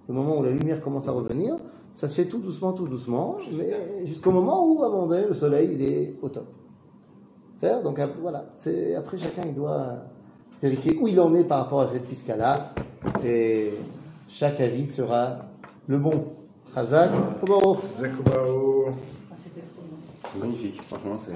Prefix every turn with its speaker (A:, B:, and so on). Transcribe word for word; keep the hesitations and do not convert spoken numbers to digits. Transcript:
A: le moment où la lumière commence à revenir, ça se fait tout doucement, tout doucement, mais jusqu'au moment où, à un moment donné, le soleil, il est au top. C'est-à-dire, donc voilà, c'est, après chacun, il doit vérifier où il en est par rapport à cette pisca-là, et chaque avis sera le bon. Chazak, Kobo.
B: Zakobao.
C: Ah, c'était trop bon.
D: C'est magnifique, franchement. C'est...